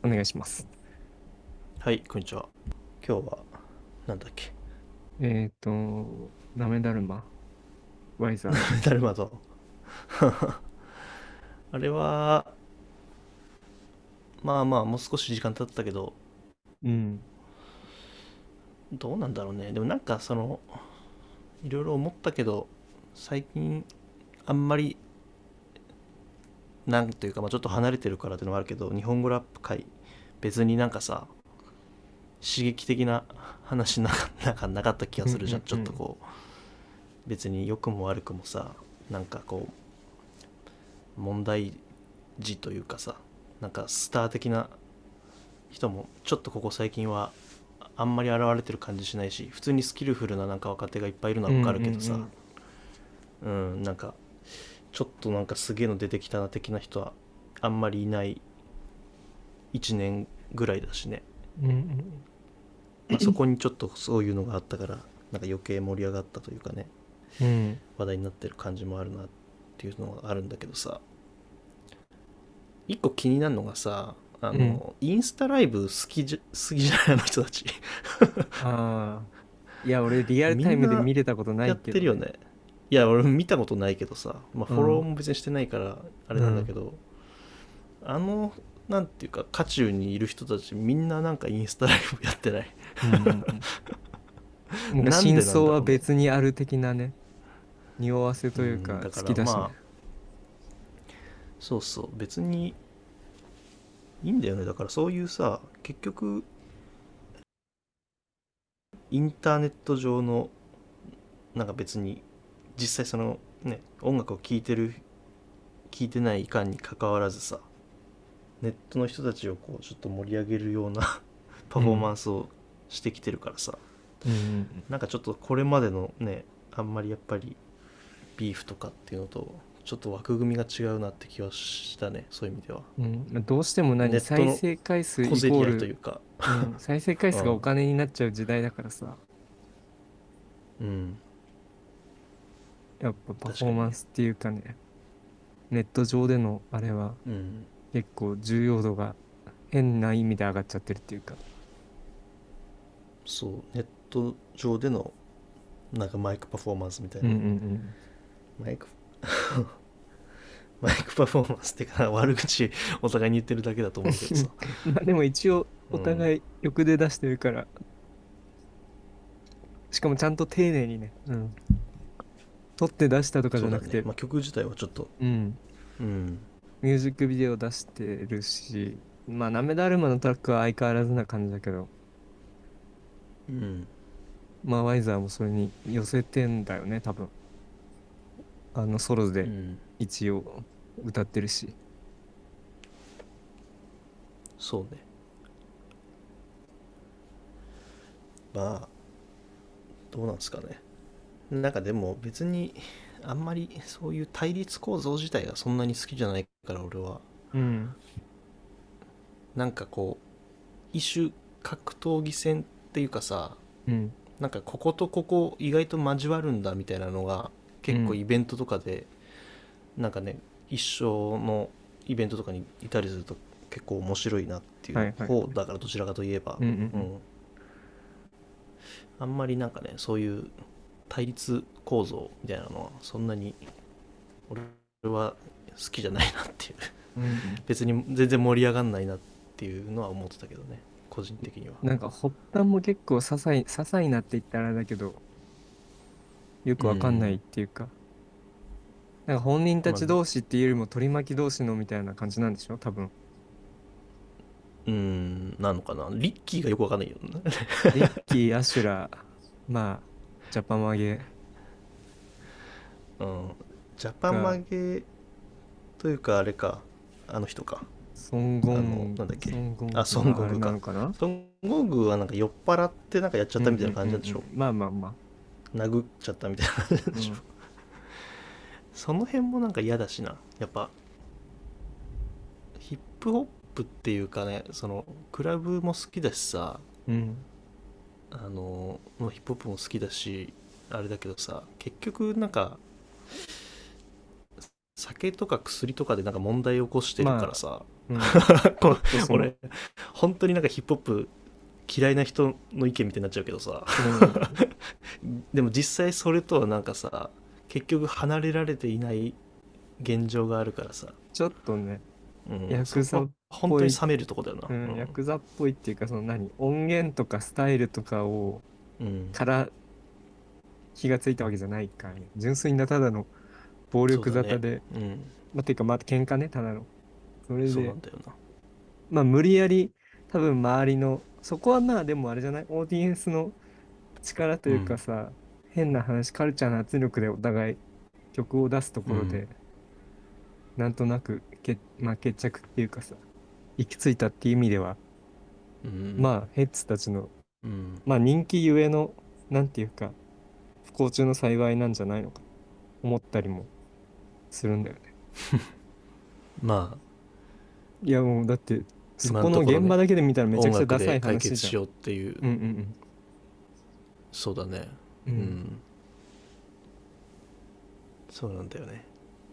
お願いします。 はい、こんにちは。今日は、なんだっけ。 ダメだるま、ワイザー。 だるまと。あれは、まあまあ、もう少し時間経ったけど、 うん。 どうなんだろうね。でもなんか、いろいろ思ったけど、最近、あんまり、なんというか、まあちょっと離れてるからっていうのもあるけど、日本語ラップ界、別になんかさ、刺激的な話なかった気がうんするじゃん。ちょっとうんこう、別に良くも悪くもさ、なんかこう、問題児というかさ、なんかスター的な人もちょっとここ最近はあんまり現れてる感じしないし、普通にスキルフルななんか若手がいっぱいいるのうん。 はわうんうかるけどさ、 んなんかちょっとなんかすげえの出てきたな的な人はあんまりいない1年ぐらいだしね。 うん。うんまあ、そこにちょっとそういうのがあったから、なんか余計盛り上がったというかね、 うん。 話題になってる感じもあるなっていうのがあるんだけどさ、一個気になるのがさ、 うん。 インスタライブ好きじゃないあの人たち。 ああ。いや、俺リアルタイムでみんな見れたことなやっいけどね。 てるよね。いや、俺見たことないけどさ、まあ、フォローうん。 も別にしてないからあれうん。 なんだけど、あの、なんていうか、渦中にいる人たちみんななんかインスタライブやってない？ うんうんうん。なんかなんでなん真相はだろうね。 別にある的なね、匂わせというかだか好きだしね。 らまあ、そうそう、別にいいんだよね。だからそういうさ、結局、インターネット上の、なんか別に、実際音楽を聴いてる、聴いてないかんに関わらずさ、ネットの人たちをこう、ちょっと盛り上げるようなパフォーうん。 マンスをしてきてるからさ、 うんうんなんかちょっとこれまでのね、あんまりやっぱりビーフとかっていうのとちょっと枠組みが違うなって気はしたね、そういう意味では。 うん。まあどうしても再ネットの生回数小競り合いとイコール、 いうか。 うん、再生回うん。 数がお金になっちゃう時代だからさ、 うん。 やっぱパフ確かにね。 ォーマンスっていうかね、ネット上でのあれはうん。 結構重要度が変な意味で上がっちゃってるっていうか。 そう、ネット上でのなんかマイクパフォーマンスみたいうんうなね。 んマイクマイクパフォーマンスっていうか悪口お互いに言ってるだけだとうん。 思うけどさ。 まあでも一応おうん。 互い欲で出してるから、しかもちゃんと丁寧にね、うん。撮って出したとかじそうだね。 ゃなくて、 まあ曲自体はちょっと。 うん。 うん。 ミュージックビデオ出してるし、まあなめだるまのトラックは相変わらずな感じだけど、 うん。 まあワイザーもそれに寄せてんだよね、多分。ソロでうん。 一応歌ってるし。 そうね。まあどうなんですかね。なんかでも別にあんまりそういう対立構造自体がそんなに好きじゃないから俺は。 うん。 なんかこう一種格闘技戦っていうかさ、 うん。 なんかこことここ意外と交わるんだみたいなのが結構うん。 イベントとかでなんかね、一緒のイベントとかにいたりすると結構面白いなっていうはいはい。 方だから、どちらかといえば。 うんうんううん。 ん。 あんまりなんかね、そういう対立構造みたいなのはそんなに俺は好きじゃないなっていう。 うんうん。 別に全然盛り上がんないなっていうのは思ってたけどね、個人的には。 なんか発端も結構些細なって言ったらあれだけど、よくわかんないっうん。 ていうか、なんか本人たまあ、 ち同士っていうよりも取り巻き同士のみたいな感じなんでしょ多分。 なのかな。リッキーがよくわかんないよね。 リッキー、アシュラ、まあ、ジャパマゲうん。ジャパンマが、 ゲというかあれか、あの人か。なんだっけ。 ソンゴンあ、 グ孫があれなの悟空か。 かな。 孫悟空はなんか酔っ払ってなんかやっちゃっうんうたみたいなんうんう感じなんでしょ。 ん。まあまあまあ。 殴っちゃったみたいな感じなんでしょ。 うん。 その辺もなんか嫌だしな。やっぱ、ヒップホップっていうかね、クラブも好きだしさ、 うん。 ヒップホップも好きだし、あれだけどさ、結局なんか、酒とか薬とかでなんか問題を起こしてるからまあ、 さ、 うん、ちょっとその、 俺本当になんかヒップホップ嫌いな人の意見みたいになっちゃうけどさ、 うん、 でも実際それとはなんかさ、結局離れられていない現状があるからさ、 ちょっとね、 うん、そこはヤクザっぽい、 本当に冷めるとこだよな。 うん、ヤクザっぽいっていうか、その何、音源とかスタイルとかを、 うん、うん、 から気がついたわけじゃないからね。純粋なただの暴力そうだね。 沙汰で、 うん、 まあ、ていうか、まあ、喧嘩ね、ただの。それそうなで、 んだよな。 まあ、無理やり、多分周りの、そこはまあ、でもあれじゃない、オーディエンスの力というかうん、 さ、変な話、カルチャーの圧力でお互い曲を出すとうん、 ころで、なんとなくまあ、決着っていうかさ、行き着いたっていう意味では、 うん、 まあ、ヘッズたちの、 うん。 まあ、人気ゆえの、なんていうか、不幸中の幸いなんじゃないのか、思ったりもするんだよね。 まあ、 いや、もう、だって、そ今こののところね、 現場だけで見たらめちゃ音くちゃダサい楽で解話じゃん。 決しようっていう、 うんうんそうだね。 うん。うん。 うん、そうなんだよね。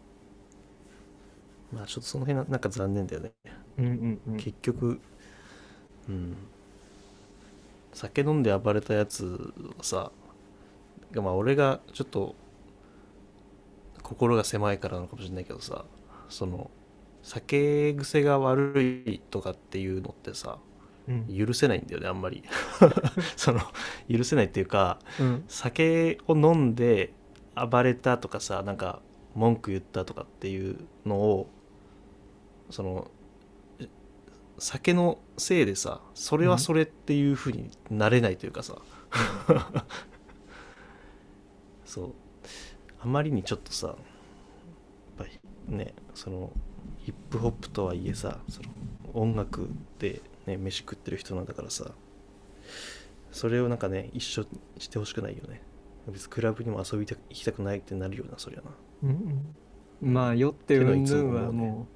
まあちょっとその辺はなんか残念だよね。 うんうんうん。 結局、うん、酒飲んで暴れたやつはさ、まあ俺がちょっと心が狭いからなのかもしれないけどさ、その酒癖が悪いとかっていうのってさ、 うん。 許せないんだよね、あんまり。その許せないっていうか、 うん。 酒を飲んで暴れたとかさ、なんか文句言ったとかっていうのを、その酒のせいでさ、それうん。 はそれっていう風になれないというかさ、 うん。 そう、あまりにちょっとさ、やっぱりね、そのヒップホップとはいえさ、その音楽でね飯食ってる人なんだからさ、それをなんかね一緒にしてほしくないよね。別にクラブにも遊びた行きたくないってなるような、そりゃな。っうんうん。まあ、酔ってていうのはいつもうんぬん思うね。 はも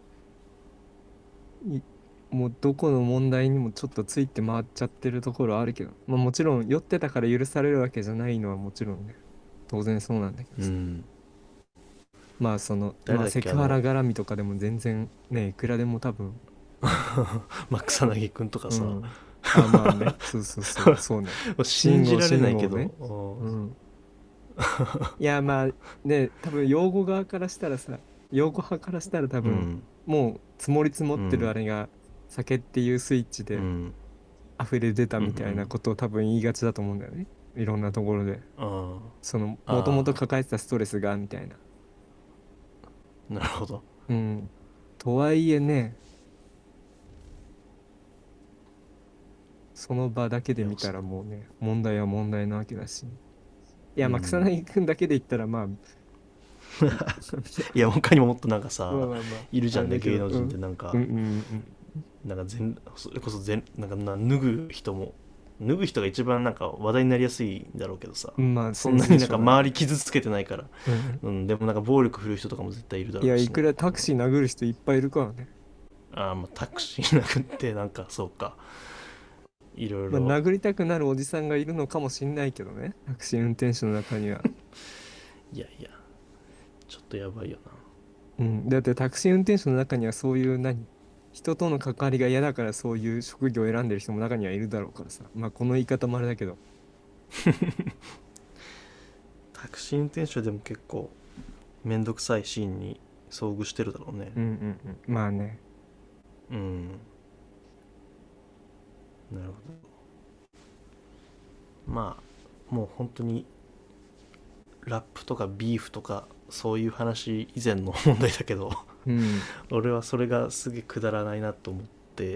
もうどこの問題にもちょっとついて回っちゃってるところあるけど、まあもちろん酔ってたから許されるわけじゃないのはもちろんね、当然そうなんだけどさ。 うん、 まあその、 誰だっまあセクハラけ、 絡みとかでも全然ね、いくらでも多分、 まあ、草薙くんとかさ、もうん。あ、まあね、そうそうそう、そうね。 う信じられ慎吾ないけど、 慎吾ね。うん。いやまあね、多分養護側からしたらさ、養護派からしたら多分、 うん、 もう積もり積もってるあうん、 れが酒っていうスイッチでうん、 溢れ出たうん、うみたいなん、 ことを多分言いがちだと思うんだよね。いろんなところで。 あその、 あ、 もともとあ抱えてたストレスが、みたいな。 あ、なるほど。 うん。とはいえね、その場だけでいや、 見たらもうね、問題は問題なわけだし。いや、まあ、草うん。 薙くんだけで言ったら、まあ、 いや、他にももっとなんかまあさ、 まあまあ、 いるじゃんね、 あれだけど、 芸能人ってうん。 なんか、 うんうんなんかそれこそなんか脱ぐ人も、脱ぐ人が一番なんか話題になりやすいんだろうけどさ、 うん。まあ、 そんセンなになんかセーショナルだ。 周り傷つけてないから、 うん。 うん、でもなんか暴力振るう人とかも絶対いるだいや、いろうしね。 くらタクシー殴る人いっぱいいるからね。 ああ、まあタクシー殴ってなんかそうか、いろいまあ、 ろ、 殴りたくなるおじさんがいるのかもしんないけどね。タクシー運転手の中には。 いやいや、ちょっとやばいよな。 うん。だってタクシー運転手の中にはそういう人との関わりが嫌だからそういう職業を選んでる人も中にはいるだろうからさ。まあ、この言い方もあれだけど。 タクシー運転手でも結構めんどくさいシーンに遭遇してるだろうね。 うんうんうん。まあね。 うん、なるほど。まあもう本当にラップとかビーフとかそういう話以前の問題だけど、 うん。 俺はそれがすげえくだらないなと思って、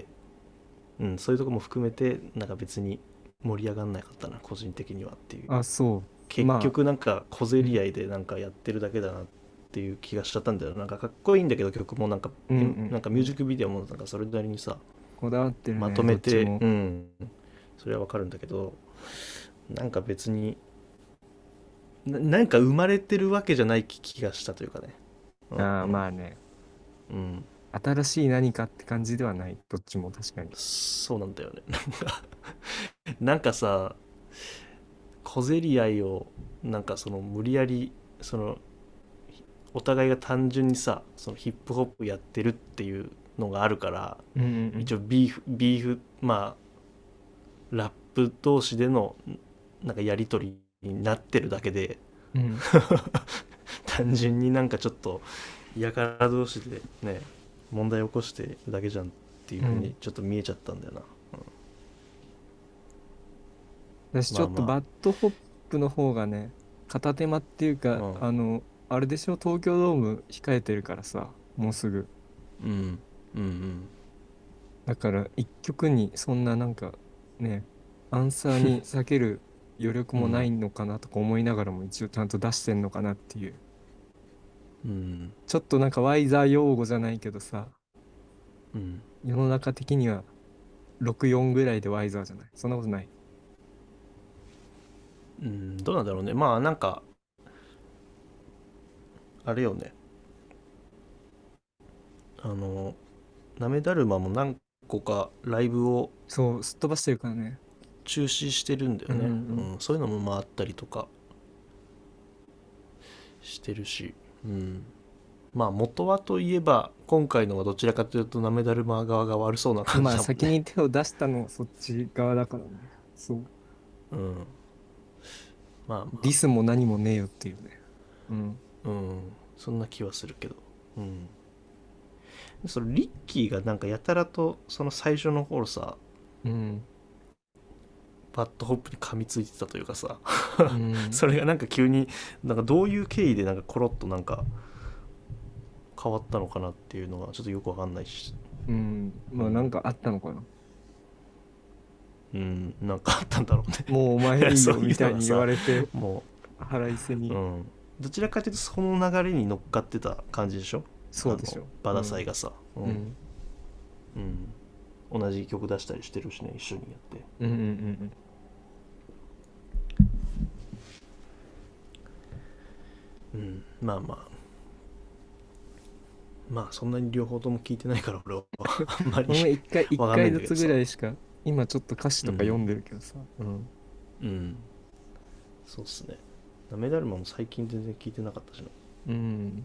うん、そういうとこも含めてなんか別に盛り上がんなかったな、個人的にはっていう。 あ、そう。 結まあ、 局なんか小競うん。 り合いでなんかやってるだけだなっていう気がしちゃったんだよ。なんかかっこいいんだけど曲もなんか、 うんうなんかミュージッんうん。 クビデオもなんかそれなりにさ、 こだわってるまとね、どめて、 っちも。 うん、それはわかるんだけど、なんか別になんか生まれてるわけじゃない気がしたというかね。うああ、 ん、 まあね。 うん、 新しい何かって感じではない。どっちも確かに。 そうなんだよね。なんかさ、小競り合いをなんかその無理やり、そのお互いが単純にさ、そのヒップホップやってるっていうのがあるから、 うんうん一応ビーフまあラップ同士でのなんかやり取りになってるだけで、 うん。 単純になんかちょっと嫌から同士でね問題起こしてるだけじゃんっていううん。 ふうにちょっと見えちゃったんだよな、 私ちょっとまあまバッドホップの方がね、片手間っていうか、 ああれでしょ、東京ドーム控えてるからさ、もうすぐ。 うんうんだから一曲にそんななんかね、アンサーに避ける余力もないうんのかなとか思いながらも一応ちゃんと出してんのかなっていう。 うんちょっとなんかワイザー用語じゃないけどさ、 うん世の中的には64ぐらいでワイザーじゃない。そんなことない。 うん、どうなんだろうね。まあなんかあれよね、あのなめだるまも何個かライブをそう、すっ飛ばしてるからね。 中止してるんだようんうね、 んそういうのもまああったりとかしてるし、まあ元はといえば今回のはどちらかというとなめだるま側が悪そうなうん。 感まあじだもんね。 先に手を出したのはそっち側だからね。そう。 うんまあまディスも何もねえよっていうね。うん。 あそんな気はするけど、そのリッキーがなんかやたらとその最初の頃さうん。 バッドホップに噛みついてたというかさ、 うん。 それがなんか急になんかどういう経緯でなんかコロッとなんか変わったのかなっていうのがちょっとよくわかんないし、 うん。まあなんうん、 かあったのかな。 なんかあったんだろうもうお前ね。 いいそういうよみたいに言わのがさ、 れて、 も腹いせに。 どちらかというとその流れに乗っかってた感じでしょ、 そうでしょ。 バダサイうん。 がさ、 うん。 同じ曲出したりしてるしね、一緒にやって、 うんうんうんまあまあまあそんなに両方とも聞いてないから俺はあんまり俺も一わかんな回ずつぐいんだけどさ、 らいしか、今ちょっと歌詞とか読んでるけどさ。うん。 うんそうっすね。なめだるまも最近全然聞いてなかったしな。 うん。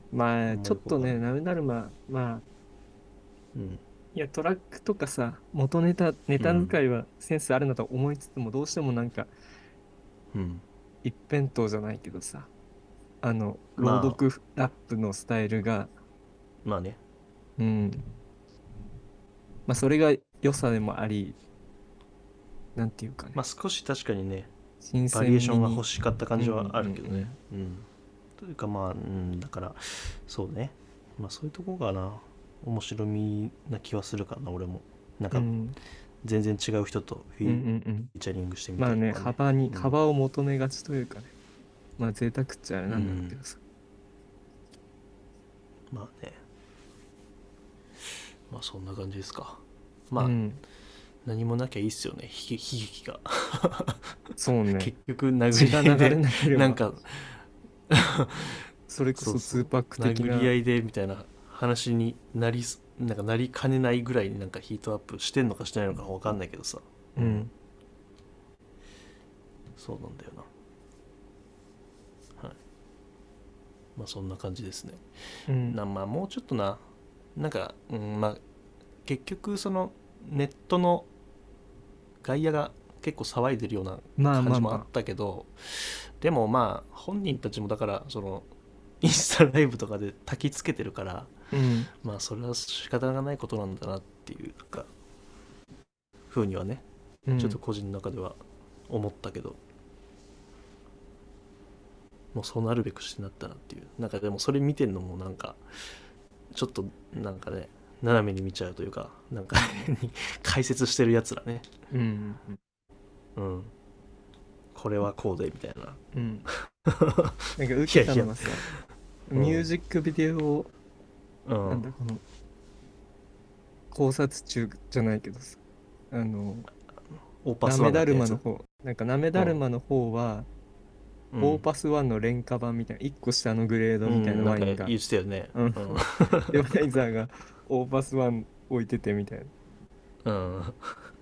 まあ、 あんまちょっとね、 よくわかんない。 なめだるま、まあ、 うん。 いや、トラックとかさ、ネタうん。 使いはセンスあるなと思いつつも、どうしてもなんか、 うん。 一辺倒じゃないけどさ、朗まあ、 読ラップのスタイルが、 まあね。 うん。まあ、それが良さでもあり、なんていうかね、 まあ少し確かにね、 新バリエーションが鮮味に、 欲しかった感じはうんあるけどね。 うんうん。というかまあ、だから、そうね。まあそういうとこがな、面白みな気はするかな、俺も。なんうん。 か、 うん。 全然違う人とうんうんうん。 フィーチャリングしてみまあね、 たりとかね。 幅を求めがちというかね、まあ贅沢っちゃあれなんだろうけうん。 どさ。 まあね。まあそんな感じですか。まあ、 うん。 何もなきゃいいっすよね、悲劇が。 そうね。 結局殴血が流れり合いでなければ、 なんかそれこそそうそう 2パック的な、 殴り合いでみたいな話になんかなりかねないぐらいになんかヒートアップしてんのかしてないのか分かんないけどさ、 うん。 そうなんだよな。はい。まあそんな感じですね。 うん。 まあもうちょっとなんか、まあ結局そのネットの外野が結構騒いでるようなまあ感まあまじもあったけど、でもまあ本人たちもだからそのインスタライブとかで焚きつけてるから、 あ。うん。 まあそれは仕方がないことなんだなっていうなんか風にはね、ちょっとうん。 個人の中では思ったけど、もうそうなるべくしてなったなっていう、なんかでもそれ見てんのもなんかちょっとなんかね、斜めに見ちゃうというか、なんか解説してるやつらね、 うん。 うんこれはこうでみたいな。 うん。なんか受けいやいや、 たのがさ、ミューうんジックビデオを、 うんなんだ、この考察中じゃないけどさ、 オーパスワンがなめだやったやつ。 るまの方、なんかなめうんだるまの方は、 うんオーパスワンの廉価版みたいな、1個下のグレードみたいななんかワインが、 言ってたよね。 うん。で、ワイザーがオーパスワン置いててみたいな。 うん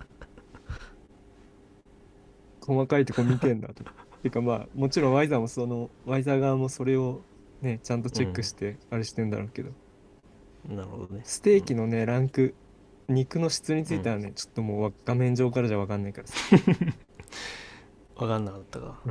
細かいとこ見てんだとか。てかまあ、もちろんワイザーもワイザー側もそれをね、ちゃんとチェックうんして、あれしてんだろうけど。 なるほどね。 ステーキのね、ランク、肉の質につうん。 いてはね、ちょっともう画面上からじゃわかんないからさ。 わかんなかったか。 うん。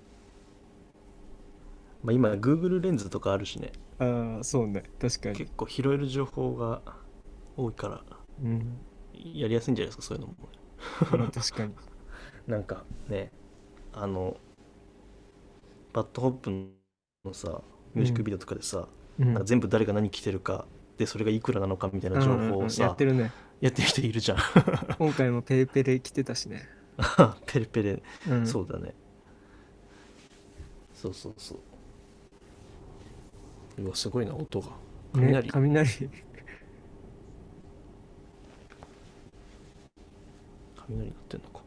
まあ今 Google レンズとかあるしね。 ああ、そうね。確かに。 結構拾える情報が多いからうん。 やりやすいんじゃないですか、そういうのも。 まあ確かに。 なんかね、あのバッドホップのさミュージックうん。 ビデオとかでさ、なんかうん。 全部誰が何着てるかでそれがいくらなのかみたいな情うんうんうん。やっ報をさてるね。 やってる人いるじゃん。 今回もペイペイで来てたしね。 ペレペレ。 うん。 そうだね。そうそうそう。うわすごいな音が。 ね、 雷。 雷。 雷鳴ってんのか。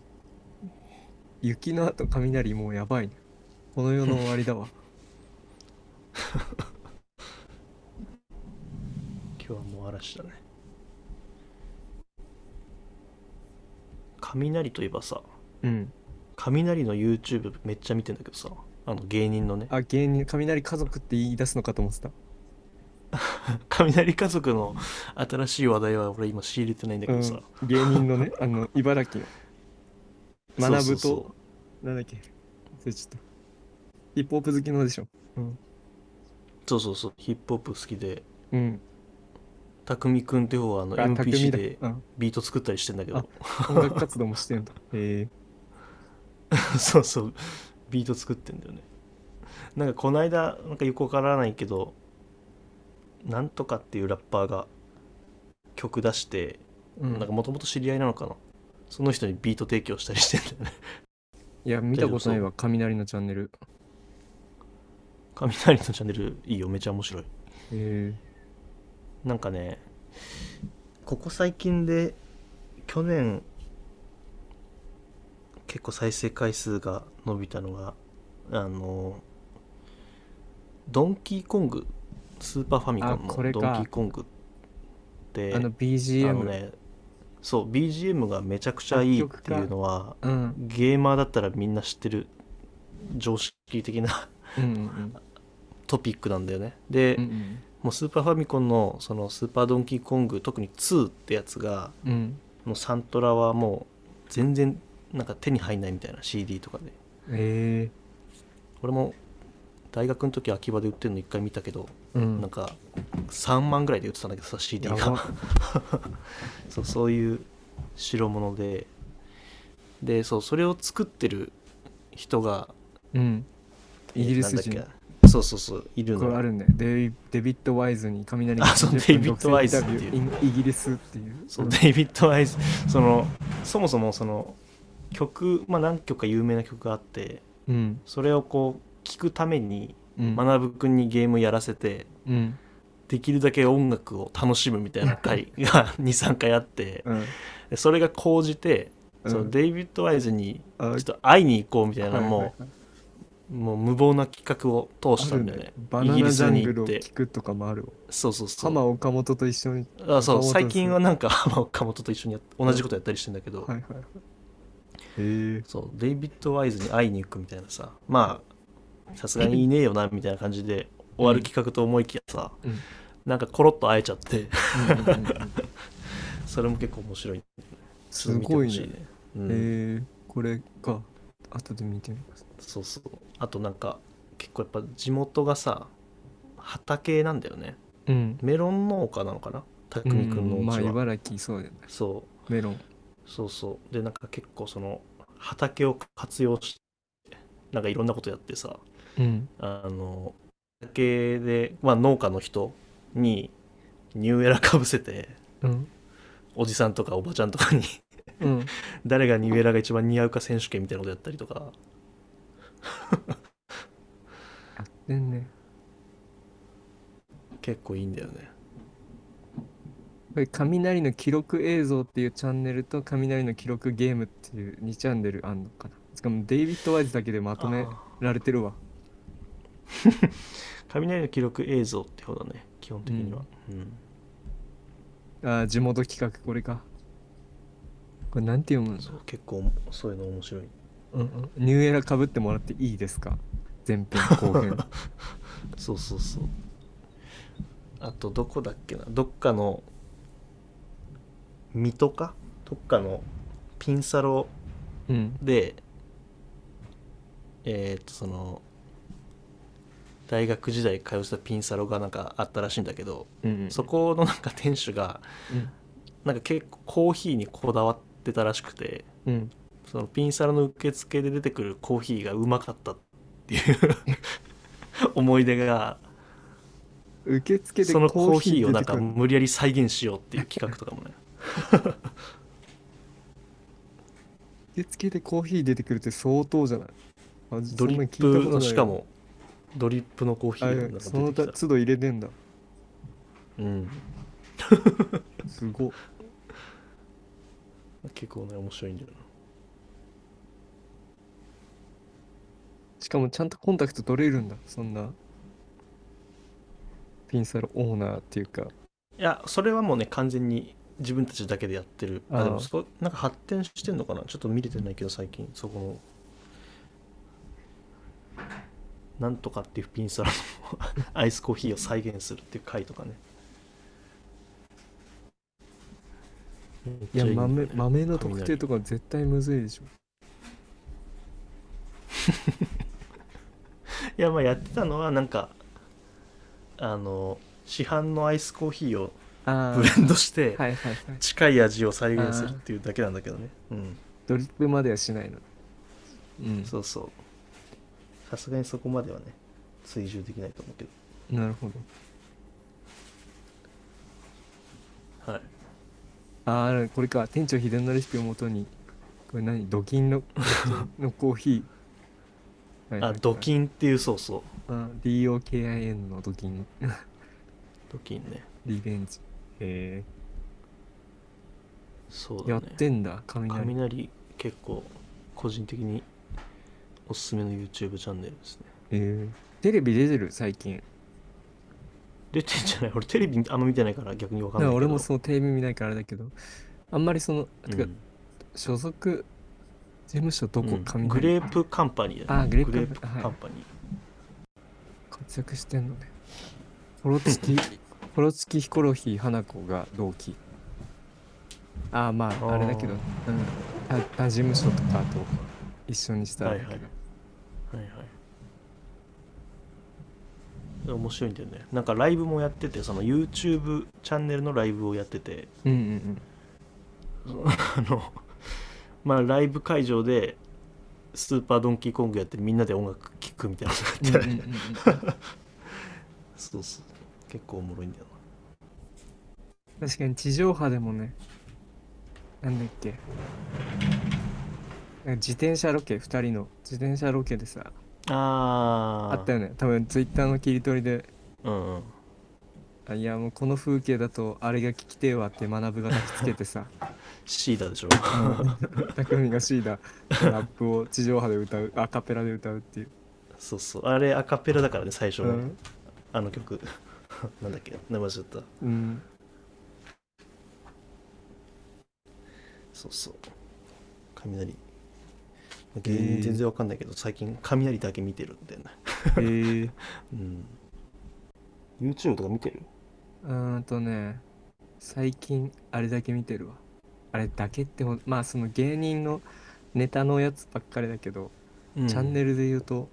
雪の後雷もうやばいね。この世の終わりだわ。 今日はもう嵐だね。雷といえばさ、 うん。 雷の YouTube めっちゃ見てんだけどさ、あの芸人のね、 あ、芸人、雷家族って言い出すのかと思ってた。 雷家族の新しい話題は俺今仕入れてないんだけどさ。 うん。芸人のね、茨城の、 そう学ぶと、 そうそう。 なんだっけ。それちょっと、ヒップホップ好きのでしょ。うん。 そうそうそう。ヒップホップ好きで、 うん。 たくみくんって方はあ、 MPC 匠だ。 でうん。 ビート作ったりしてんだけあ、 ど。 音楽活動もしてんだ。 そうそう。ビート作ってんだよね。なんかこの間、なんかよくわからないけど、なんとかっていうラッパーが曲出して、 うん。 なんかもともと知り合いなのかな。その人にビート提供したりしてんだよね。 いや、見大丈夫そう？ たことないわ。雷のチャンネル。 雷のチャンネルいいよ、めちゃ面白い。 えなんかね、ここ最近で、去年結構再生回数が伸びたのが、あの、ドンキーコング、スーパーファミコあ、 ンのドンキーこれか。 コングって、あの BGM。 ね、そう、BGM がめちゃくちゃ作いいっていう曲家。 のは、 うん。 ゲーマーだったらみんな知ってる常識的なうんうんトピックなんだよね。で、 うん。うんもうスーパーファミコンのそのスーパードンキーコング、特に2ってやつが、 うん。うん。 のサントラはもう全然なんか手に入んないみたいな CD とかで。 ええ俺も大学の時秋葉で売ってるの一回見たけど、 うん。 なんか3万ぐらいで売ってたんだけどさ CD が。 やば。 そういう代物で、でそうそれを作ってる人が、 うん。イギリなんだっけ、 ス人。 そうそうそういるのよ。 これあるんだよ。デビッド・ワイズに雷があ、そう、 30 デイビッド・分独占インワイタビュー、 ズっていう、 イギリスっていう。 そう、デイビッド・ワイズ、その、そもそもその曲、まあ何曲か有名な曲があって、 うん。 それをこう聞くためにうん。 学くんにゲームやらせて、 うん。 できるだけ音楽を楽しむみたいな回が2、3回あって、 うん。 でそれが高じて、そのうん。 デイビッド・ワイズにあ、はいちょっと会いに行こうみたいな、 はいはい。 もう無謀な企画を通あるね。 したんだよね。 バイギリスナナジャンに行って。 グルを聞くとかもあるわ。 そうそうそ浜岡本と一緒に、 う。あ、そう、最岡本です。 近はなんか岡本と一緒に同じことやったりしてんだけど、 はいはいはい。へえ。 そう、デイビッド・ワイズに会いに行くみたいなさ、まあ、さすがにいねえよなみたいな感じで終わるうん。 企画と思いきやさ、 うん。 なんかコロッと会えちゃって、 うんうんうんうん。 それも結構面白い。ちょっと見てすごいね。 ほしいね。うん。 へえ。これか。後で見てみます。 そうそう。あとなんか、結構やっぱ地元がさ、畑なんだよね。 うん。 メロン農家なのかな、 う匠くんのおん。まあ、 家は。 茨城そうだよね。 そメロン。 う。そうそう。で、なんか結構その、畑を活用して、なんかいろんなことやってさ、 うん。 あの、畑で、まあ農家の人にニューエラかぶせて、 うん。 おじさんとかおばちゃんとかにうん。 誰がニューエラが一番似合うか選手権みたいなことやったりとか、 やってんね。 結構いいんだよね。 これ、雷の記録映像っていうチャンネルと、雷の記録ゲームっていう2チャンネルあんのかな。しかも、デイビッド・ワイズだけでまとめああ。 られてるわ。 雷の記録映像って方だね、基本的には。 うん。 うん。 地元企画、これか。これ、なんて読むんだ。 そう、結構そういうの面白い。 うんうん。ニューエラかぶってもらっていいですか？前編後編。 そうそうそう。 あとどこだっけな、どっかの水戸かどっかのピンサロうん。 でその大学時代通ってたピンサロがなんかあったらしいんだけど、 うん。 そこのなんか店主がうん。 なんか結構コーヒーにこだわってたらしくて、 うん。 そのピンサロの受付で出てくるコーヒーがうまかったっていう思い出が、 受付でそのコーヒーコーヒーをなん出てくるの？ か無理やり再現しようっていう企画とかもね。 受付でコーヒー出てくるって相当じゃない？ ドリッそんな聞いたこプとないよ。 のしかもドリップのコーヒあ、 ーがなんかそ出てきたら、 の都度入れてんだ。 うん、 すご。 結構ね面白いんだよな。 しかもちゃんとコンタクト取れるんだ。そんなピンサロオーナーっていうか。 いやそれはもうね完全に自分たちだけでやってる。あでもああ、 なんか発展してんのかな、ちょっと見れてないけど最近そこのなんとかっていうピンサロのアイスコーヒーを再現するっていう回とかね、めっいや、 ちゃいいんだよね。 豆の特定雷。 とか絶対むずいでしょ。 いやまあやってたのはなんか市販のアイスコーヒーをブレあンドしてあ、はいはいはい。 近い味を再現するっああ、 ていうだけなんだけどね。うん、 ドリップまではしないの。うん。 そうそう、さすがにそこまではね追従できないと思うけなるほど。 ど。はい。 ああ、これか。店長秘伝のレシピをもとに、これ何？ドキンのコーヒー。はいはいドはい。 キンっていう、そうそう、 DOKIN のドキン。 ドキンね。 リベンジ。へえ。やっそうだね。 てんだ、雷。 雷結構個人的におすすめの YouTube チャンネルですね。 テレビ出てる最近。 出てんじゃない？俺テレビあんま見てないから逆に分かだから俺もんないけど。 そのテレビ見ないからあれだけど、あんまりてか、 うん、 所属事務所どこ？ うん、グ雷。 レープカンパニーだね。 あ、グレープグレープカンパニー。はい。 カンパニー。 活躍してんのね。コロチキ、コロチキヒコロヒー花子が同期。ああ、まああ、 あ、あれだけど、うん。他事務所とかと一緒にしたはいはいらだけど。 はいはい。面白いんだよね。なんかライブもやってて、その YouTube チャンネルのライブをやってて、 うんうんあのまあライブ会場でスーパードンキーコングやってみんなで音楽聴くみたいなうん。うんうんうんうんうん。 そうそう、結構おもろいんだよ確かに地上波でもね、なんだっけ。なんか自転車ロケ、二人の自転車ロケでさ、あっな。 たよね。多分ツイッターの切り取りで、 うんうん。 いやもうこの風景だとあれが聞きてえわって学ぶが焚きつけてさ、 シーダでしょ。 うん、匠がシーダのラップを地上波で歌う、アカペラで歌うっていう。 そうそう、あれアカペラだからね最初のうん。 あの曲。なんだっけ、名前ちゃった。 うん。 そうそう、雷。 え芸人全ー、 然わかんないけど最近雷だけ見てるんだよね。 えー、 うん。 YouTube とか見てる？ 最近あれだけ見てるわ。あれだけってまあその芸人のネタのやつばっかりだけど、 うん。 チャンネルで言うと、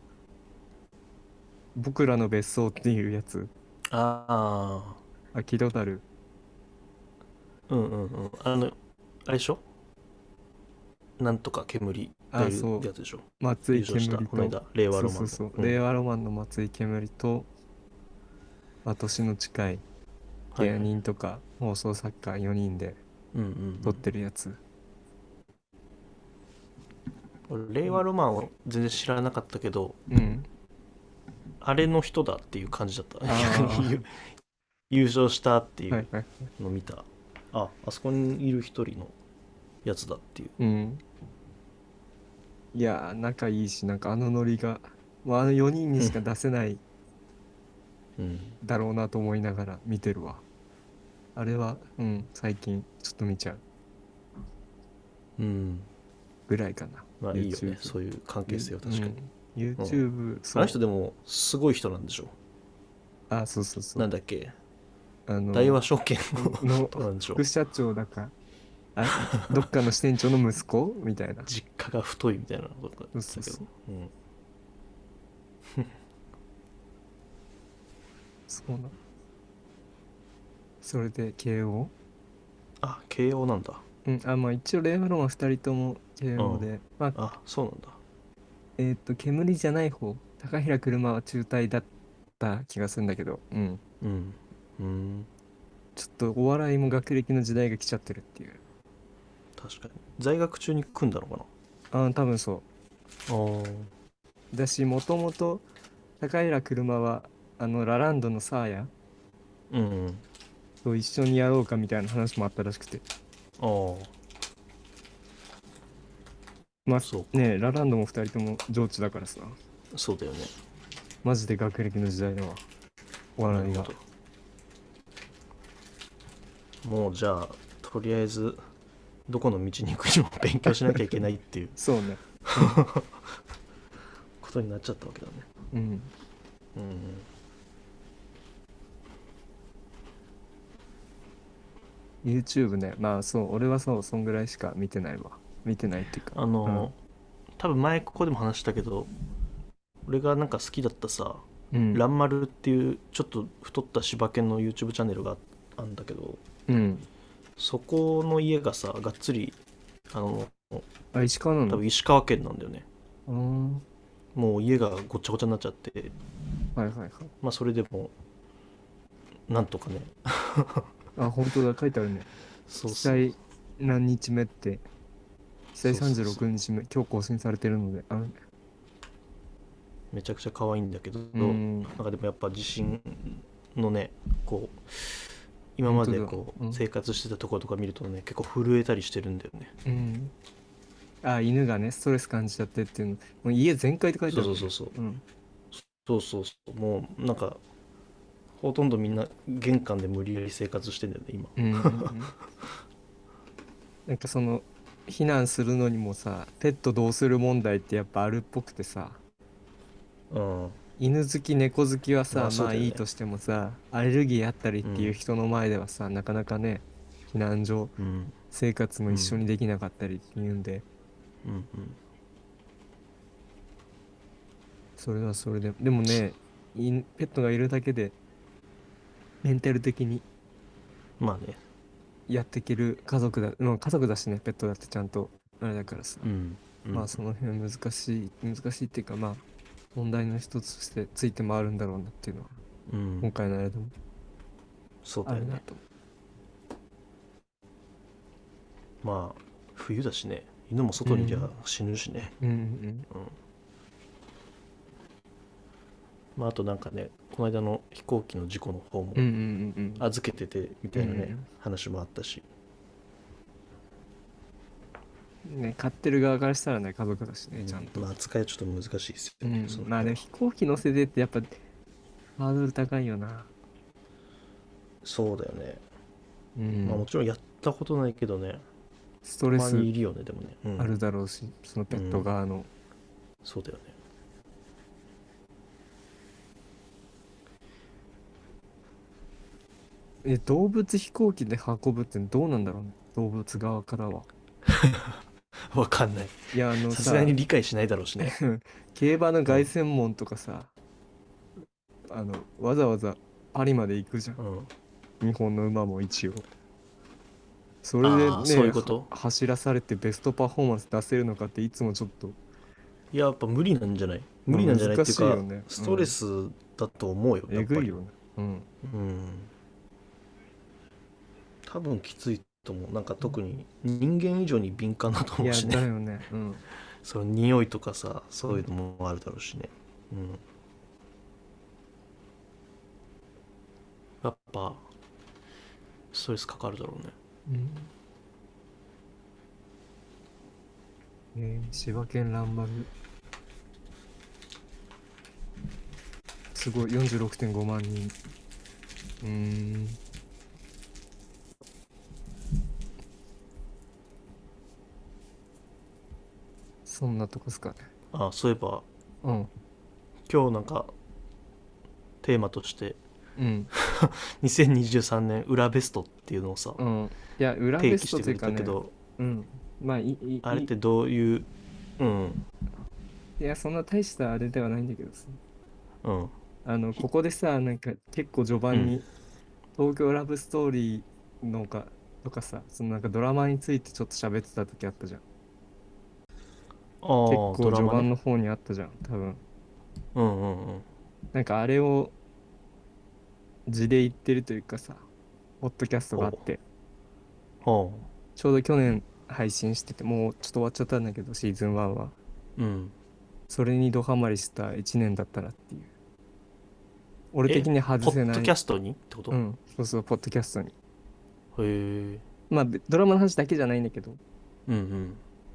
僕らの別荘っていうやつ、 あ聞いたことある？ あ、うんうんうん、あれでしょ、なんとか煙がいるそう。 やつでしょ。 松井優勝した煙と、 この間令和ロマンの。 そうそうそう、 うん。 令和ロマンの松井煙と、年の近い芸はいはい。 人とか放送作家4人でうんうん撮ってるやつ。 うん。俺令和うん。 ロマンを全然知らなかったけど、 うん。 あれの人だっていう感じだった。逆にあ優勝したってあ、 いうはいはい。 のを見た。あそこにいる一人のやつだっていう。 うん。いやー、仲いいし、なんかあのノリが、もうあの4人にしか出せないうん。 だろうなと思いながら見てるわ。あれは、うん、最近ちょっと見ちゃううん。 ぐらいかな。 まあいいよね、 YouTube。 そういう関係性は確かに。 うん。 うん。 YouTube、 あの人そでもすごい人なんでしょ？ う。そうそうそう。 なんだっけ、 大和証券のどうなんでしょう。 副社長だか、どっかの支店長の息子みたいな。 実家が太いみたいなことそうだったけど。 そうそう。 うん。 そうな。それで慶応。 あ、慶応なんだ。 うん、まあ一応令和ロマン2人とも慶うん。 応で、まあ、 あ、そうなんだ。 煙じゃない方、高平車は中退だった気がするんだけど、うん。 うん。うん。 ちょっとお笑いも学歴の時代が来ちゃってるっていう。 確かに。在学中に組んだのかな。 多分そあー。 う。だし、もともと高平車は、ラランドのサーヤうん。 と一緒にやろうかみたいな話もあったらしくて。 ああ、 まあそうか。 ね、ラランドも2人とも上智だからさ、 そうだよね。 マジで学歴の時代だわ、お笑いが。 なるほど。もうじゃあ、とりあえず、どこの道に行くにも勉強しなきゃいけないっていうそうね。うん。 ことになっちゃったわけだね。 うん。 うん。 YouTube ね。まあそう、俺はそう、そんぐらいしか見てないわ。見てないっていうか。 あの、 うん。 多分前ここでも話したけど、俺がなんか好きだったさ、 うん。 ランマルっていうちょっと太った柴犬の YouTube チャンネルがあるんだけど、 うん。 そこの家がさ、がっつり、あの、 石川なの？ 多分石川県なんだよね。 ああ、 もう家がごっちゃごちゃになっちゃって、 はいはいはい。 まあそれでも、なんとかね。 本当だ、書いてあるね。 そうそう。 記載何日目って、記載36 そうそうそう。 日目、今日更新されてるので、ね。 めちゃくちゃ可愛いんだけど、 うん、 なんかでもやっぱ地震のね、こう、今ま本当だ。 でこううん。 生活してたところとか見るとね、結構震えたりしてるんだよね。 うん。犬がね、ストレス感じちゃってっていうの。もう家全開って書いてそうあるもんね。 そうそうそう。 うん。 そうそうそう。もうなんか、ほとんどみんな玄関で無理やり生活してんだよね、今。 うんうんうん。なんか避難するのにもさ、ペットどうする問題ってやっぱあるっぽくてさ、 うん。 犬好き、猫好きはまさ、まああそうだよね。 いいとしてもさ、アレルギーあったりっていううん。 人の前ではさ、なかなかね、避難所うん。 生活も一緒うん。 にできなかったりっていうんで、 うん。うん。 それはそれで、でもね、ペットがいるだけで、メンタル的にまあね。 やっていける家族だ、まあ家族だしね、ペットだってちゃんと、あれだからさ、 うん。うん。 まあその辺は難しいっていうか、まあ、問題の一つとしてついて回るんだろうなっていうのは、 うん。 今回のあれでもそうだよね。 あるなと。 まあ、冬だしね。犬も外にいりゃうん、 死ぬしね。 うん、うん、 うん。まああとなんかね、この間の飛行機の事故の方もうん、うん、うん、 預けててみうん、 たいなね、 うん。 話もあったし。 ね、飼ってる側からしたらね、家族だしね、ちゃんうん。 と。 まあ扱いはちょっと難しいですよね、そうん、 の辺は。 まあでも飛行機乗せてってやっぱハードル高いよな。 そうだよね。まあもうん。 ちろんやったことないけどね、たまストレスにいるよね、でもね。うん。 あるだろうし、そのペットうん。 側の。 そうだよね。 動物飛行機で運ぶってどうなんだろうね。動物側からは。 わかんない。 いや、 さすがに理解しないだろうしね。 競馬のうん。 凱旋門とかさ、わざわざパリまで行くじゃん。 うん。 日本の馬も一応。それでああ、そういね、 うこと。 走らされてベストパフォーマンス出せるのかっていつもちょっと、 いや、やっぱ無理なんじゃない？無まあ難理なんじゃないっていうか、 しいよね。 ストレうん。 スだと思うよ、やっぱり。 えぐいよね。うん。 うん。多分きついと思う。なんかうん。 特に人間以上に敏感だといや、 思うしね。 だよね。うん。 その匂いとかさ、 うん。 そういうのもあるだろうしね。うん。やっぱ、ストレスかかるだろうね。 うん。柴犬乱丸。すごい、46.5万人。うーん。そんなとこっすかね。 あ、そういえば、 うん。 今日なんかテーマとして、 ううん。 2023年裏ベストっていうのをさうん。いや、裏ベスト提起してくれというかね、 たけど、 うん。まあ、 あれってどういう、うん、 いや、そんな大したあれではないんだけどさ。 うん、 ここでさ、なんか結構序うん。 盤に東京ラブストーリーのか、とかさ、そのなんかドラマについてちょっと喋ってた時あったじゃん。結ああ、ド構序ラマね。 盤の方にあったじゃん、多分。 うんうんうん。 なんかあれを字で言ってるというかさ、ポッドキャストがあっほて、 う。ほちょうど去年配信してて、もうちょっと終わっちゃったんだけど、シーズン1は。 う。うん。 それにドハマりした1年だったなっていう。俺的に外ポッせない。 ドキャストにってこと？ うん、そうそう、ポッドキャストに。 へえ。 まあ、ドラマの話だけじゃないんだけど、 うんうん。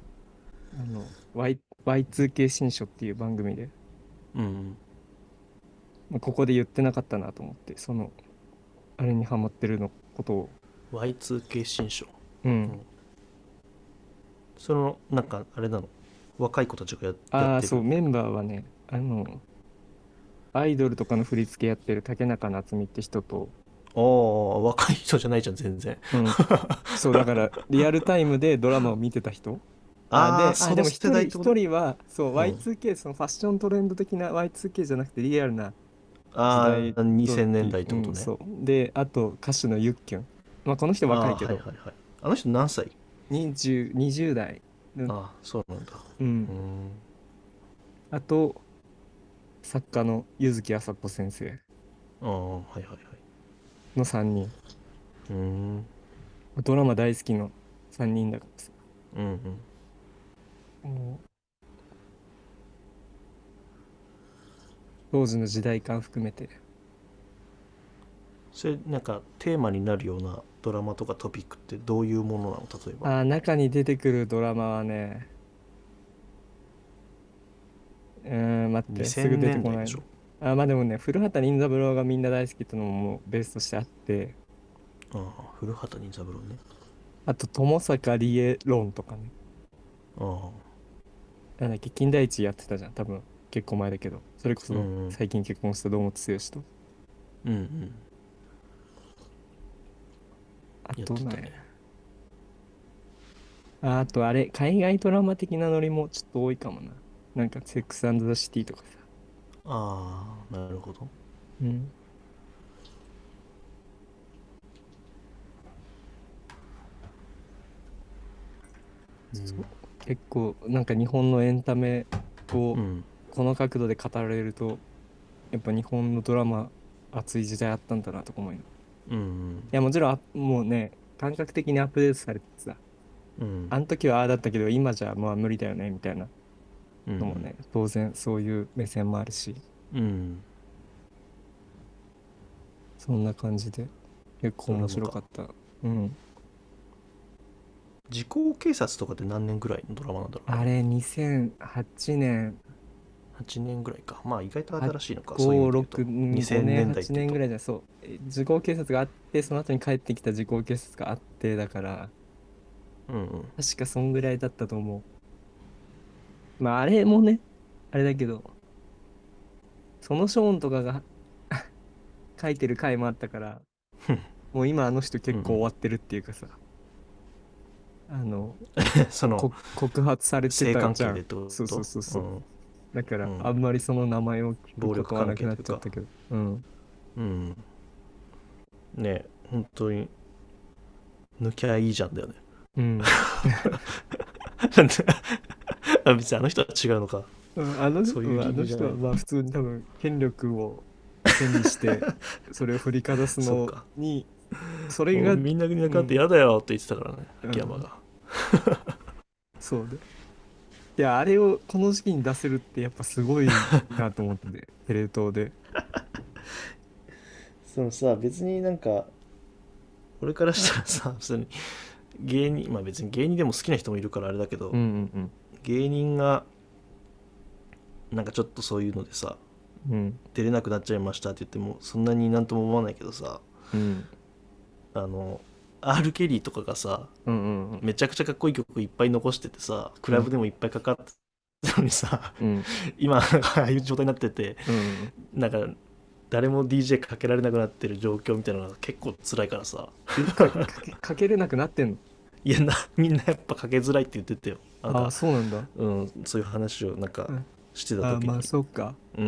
Y2K 新書っていう番組で、 うんうん。 まあ、ここで言ってなかったなと思って、あれにハマってるのことを、 Y2K 新書。 うん。 うん。その、なんか、あれなの？若い子たちがやっああ、 てる。 そう、メンバーはね、アイドルとかの振り付けやってる竹中夏実って人と、 ああ、若い人じゃないじゃん、全然。 うん、そう、だから、リアルタイムでドラマを見てた人。 ああ、そでもの世代ってこと？ 一人は、そう、 うん。 Y2K、そのファッショントレンド的な Y2K じゃなくてリアルな時代ああ、2000年のっていう、うん、 代ってことね。 そう。で、あと歌手のゆっきゅん。まあ、この人ああ、 若いけど、 はいはいはい。あの人何歳？ 20代。うん。 ああ、そうなんだ。 うん。 うーん。 あと、作家の柚木麻子先生ああ、はいはいはい。 の3人。 うーん。 ドラマ大好きの3人だからさ。 うんうん。 もう当時の時代感含めて。 それ、なんか、テーマになるようなドラマとかトピックってどういうものなの？例えば。 中に出てくるドラマはね、待って、すぐ 2000 出てこないな。 年代でしょ？ まあでもね、古畑任三郎がみんな大好きってのももうベースとしてあって、 ああ、古畑任三郎ね。 あと、友坂理恵論とかね。 ああ、 なんだっけ、金田一やってたじゃん。多分、結構前だけど。それこそ、 うんうん。 最近結婚した堂本剛と。 うんうん。 あやっとね、 てたね。 あとあれ、海外ドラマ的なノリもちょっと多いかもな。なんか、セックスザ・シティとかさ。 ああ、なるほど。 うん。 うん。 そう結構、なんか日本のエンタメをうん。 この角度で語られると、やっぱ日本のドラマ、熱い時代あったんだなとか思うよ。いうん。 や、もちろんもうね、感覚的にアップデートされててさ、 うん。 あの時はああだったけど、今じゃまあ無理だよね、みたいなうん。 のもね、当然そういう目線もあるし、 うん。 そんな感じで結構面ドラマか。 白かった。うん。 時効警察とかって何年ぐらいのドラマなんだろう？あれ。 あれ、2008年、 8年ぐらいか。まあ意外と 8、 新しいのか。そういう意味 5、 で言うと。 6、 2000 年、 年代っ 8 ていうと。 年ぐらいじゃ、そう。時効警察があって、その後に帰ってきた時効警察があって、だから、 うんうん。 確かそんぐらいだったと思う。まあ、あれもね、あれだけど、そのショーンとかが書いてる回もあったから、もう今あの人うんうん。 結構終わってるっていうかさ、あの、 その、 告発されて性関係でったじゃん。 てこそうそうと？ そうそう。 うん。 だから、 うん。 あんまりその名前を聞く暴力関ことはなくなっ係というか。 ちゃったけど。うん。 うん。ね、本当に抜きゃいいじゃんだよね。 うん。 なんで別にあの人は違うのか。 うん、 そういうあの理由じゃないの？ 人はまあ普通に多分権力を手にして、それを振りかざすのそっか。 に、それが、 もうみんなになかってうん、 嫌だよって言ってたからね、 うん、 秋山が。 そうで。いや、あれをこの時期に出せるってやっぱすごいなと思ってて、テレ東で。 そのさ、別になんか、俺からしたらさ、普通に芸人、まあ別に芸人でも好きな人もいるからあれだけど、 うんうん芸人がなんかちょっとそういうのでさ、 うん。うん。 出れなくなっちゃいましたって言っても、そんなになんとも思わないけどさ、 うん。 あの、R. ケリーとかがさ、 うんうんうん。 めちゃくちゃかっこいい曲いっぱい残しててさ、クうんラブでもいっぱいかかってたのにさ、 うん今、ああいう状態になってて、 うんなんか、 誰も DJ かけられなくなってる状況みたいなのが結構辛いからさ。 かけれなくなってんの？ いやみんなやっぱかけづらいって言ってたよ。なんああ、 か、 そうなんだ。 うん、そういう話をなんかうん。 してたああ、まあ時に。 そうか。 うん。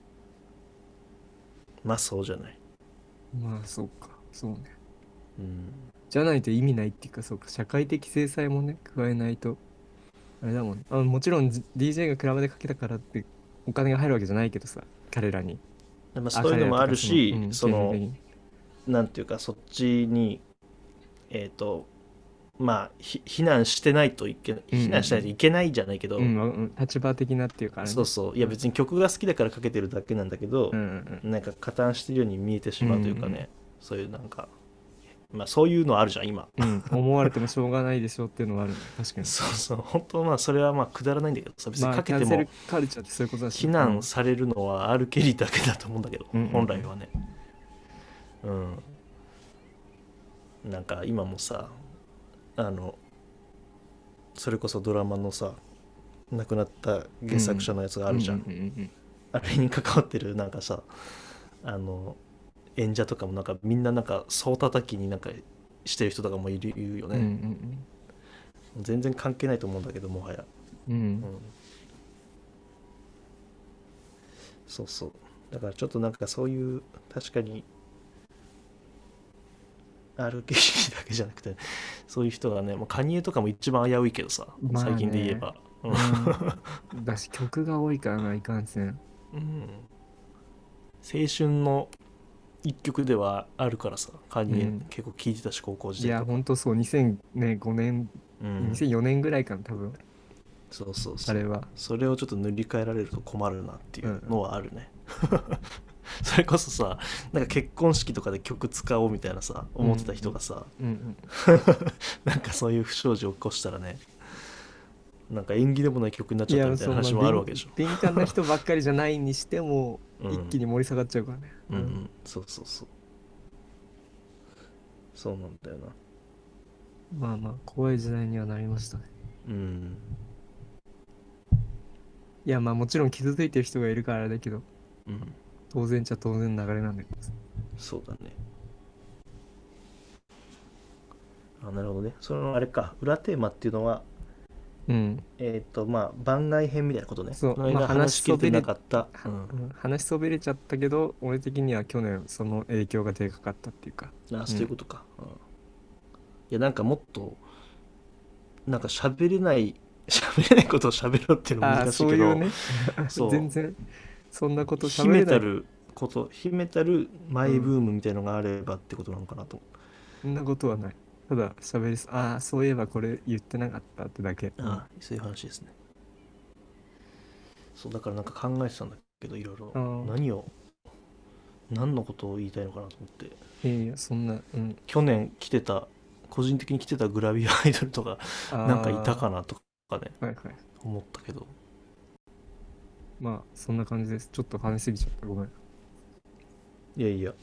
まあそうじゃない。 まあそうか。そうね。 うん。 じゃないと意味ないっていうか、そうか。社会的制裁もね、加えないと、あれだもんね。もちろん DJ がクラブでかけたからってお金が入るわけじゃないけどさ、彼らに。 まああ、 そういうのもあ彼らっていうか、その、うるし、 ん、 その、 権利的に。 なんていうか、そっちに、えっと、まあ、避難してないといけない、 うんう避難しないといんけないじゃないけど、 うん。うん、うん、立場的なっていうかあれね。 そうそう、いやうん。 別に曲が好きだからかけてるだけなんだけど、 うんうんなんか加担してるように見えてしうん。うまうというかんね、そういうなんか、まあそういうのあるじゃん、今。 うん。うん。思われてもしょうがないでしょっていうのはあるね。確かに。 そうそう、本当まあそれはまあくだらないんだけどさ、別にまあ、キャンセルかけてもカルチャーってそういうことだし非ね。うん。 難されるのは R ケリーだけだと思うんだけど、 うんうん本来はね。うん。なんか今もさ、あの、それこそドラマのさ、亡くなったうん。 原作者のやつがあるじゃん。 うんうんうんあれに関わってるなんかさ、あの、演者とかもなんかみんななんか総叩きになんかしてる人とかもいるようん。うんうね。 ん全然関係ないと思うんだけど、もはや。 うん。うん。 うん。そうそう。だからちょっとなんかそういう、確かに RKC だけじゃなくて、そういう人がね、もうカニエとかも一番危ういけどさ、最まあね。 近で言えば。うん。 うん。だし、曲が多いからな、いかんせん。 うん、青春の一曲ではあるからさ、カニエうん。 結構聴いてたし、高校時いや、 代とか。 ほんとそう、2005年、 うん。 2004年ぐらいかな、多分、 そうそうそう。 あれは。 それをちょっと塗り替えられると困るなっていうのうん。 はあるね。それこそさ、なんか結婚式とかで曲使おうみたいなさ、 う思ってた人ん。 がさ、 うん。うん。 なんかそういう不祥事を起こしたらね、なんか縁起でもない曲になっちゃったいや、そう、まあ、 みたいな話もあるわけでしょ。 敏感な人ばっかりじゃないにしても、 うん。 一気に盛り下がっちゃうからね。 うんううん。 ん。そうそうそう。そうなんだよな。 まあまあ、怖い時代にはなりましたね。 うん。 いや、まあもちろん傷ついてる人がいるからあれだけど、 うん。 当然っちゃ当然の流れなんだけどさ。 そうだね。あ、なるほどね。そのあれか、裏テーマっていうのは、 うん。 まあ、番外編みたいなことね。 そう、まあこの間話しきれてなかった。うん。 うん、話そびれちゃったけど、俺的には去年その影響がでかかったっていうか。 あ、そういううん。 ことか。うん。いや、なんかもっと、なんか喋れないことを喋ろうっていうのもああ、 難しいけど、 そういうね。全そ然、そんなこう、 と秘喋れない。 めたること、秘めたるマイうん。 ブームみたいのがあればってことなのかなと。 そんなことはない。ただ、ああ、そういえばこれ言ってなかったってだけ。うん。 ああ、そういう話ですね。そう、だからなんか考えてたんだけど、いろいろ。 ああ、 何のことを言いたいのかなと思って。 いやいや、そんな、うん。 去年来てた、個人的に来てたグラビアアイドルとか、なんかいたかあなとかね、 あ、はいはい。 思ったけど。 まあ、そんな感じです。ちょっと話しすぎちゃった。ごめん。 いやいや、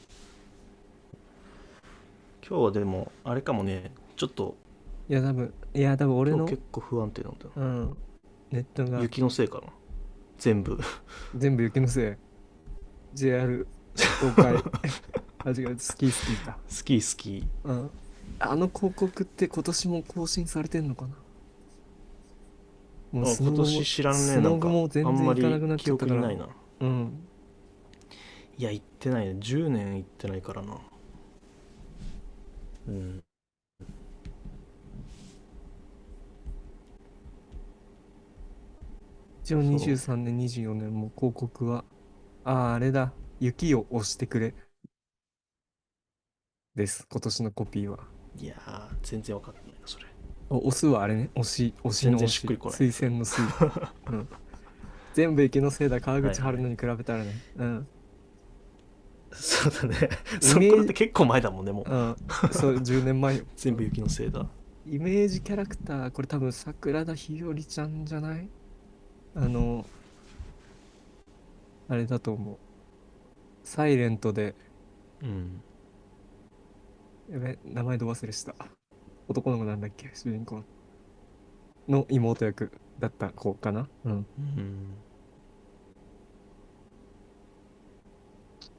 今日はでも、あれかもね、ちょっと、 いや、多分俺の、 今日結構不安定なんだよな。 うん、ネットが雪のせいかな。全部。 全部雪のせい。JR 東海。あ、違う、スキーか。 スキースキー。 うん。あの広告って今年も更新されてんのかな？もうあ、今年知らんね。なんか、 スノグもあ全然行かなんまりくなっち記ゃったから、 憶にないな。 うん。 いや、行ってないね。10年行ってないからな。うん。 一応そ 23年、24年も広告は、あれだ。雪を押してくれです。今年のコピーは。 う。いやー、全然わかんないな、それ。 押すはあれね。押し全然の押し。 しっくりこないね、 推それ。 薦の推。うん。全部雪のせいだ。川はいはい。 口春奈に比べたらね。うん。 そうだね。そこだってイメージ、 結構前だもんね、もう。 うん。そう、10年前よ。うん。 全部雪のせいだ。 イメージキャラクター、これ多分桜田ひよりちゃんじゃない？あの、あれだと思う。サイレントで、 うん。 やべ、名前ど忘れした。男の子なんだっけ、主人公の妹役だった子かな。うん。 うん。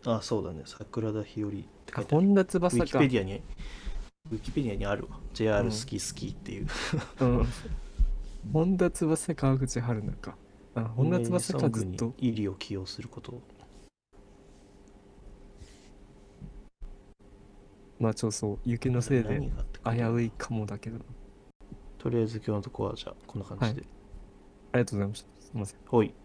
あ、そうだね。桜田ひよりって書あ、 いてある。 本田ウィ翼か。 キペディアに、ウィキペディアにあるわ。 う JR 好ん。 き好きっていう。 うん。本田翼、川口春奈か。あ、 イ本田メージ翼ソングにかずっと。 イリを起用することを。 まあ、そう、雪のせいで何があって危くんだろうな。 ういかもだけどな。 とりあえず今日のとこはじゃあこんな感はい。 じで。 ありがとうございました。すみません。 ほい。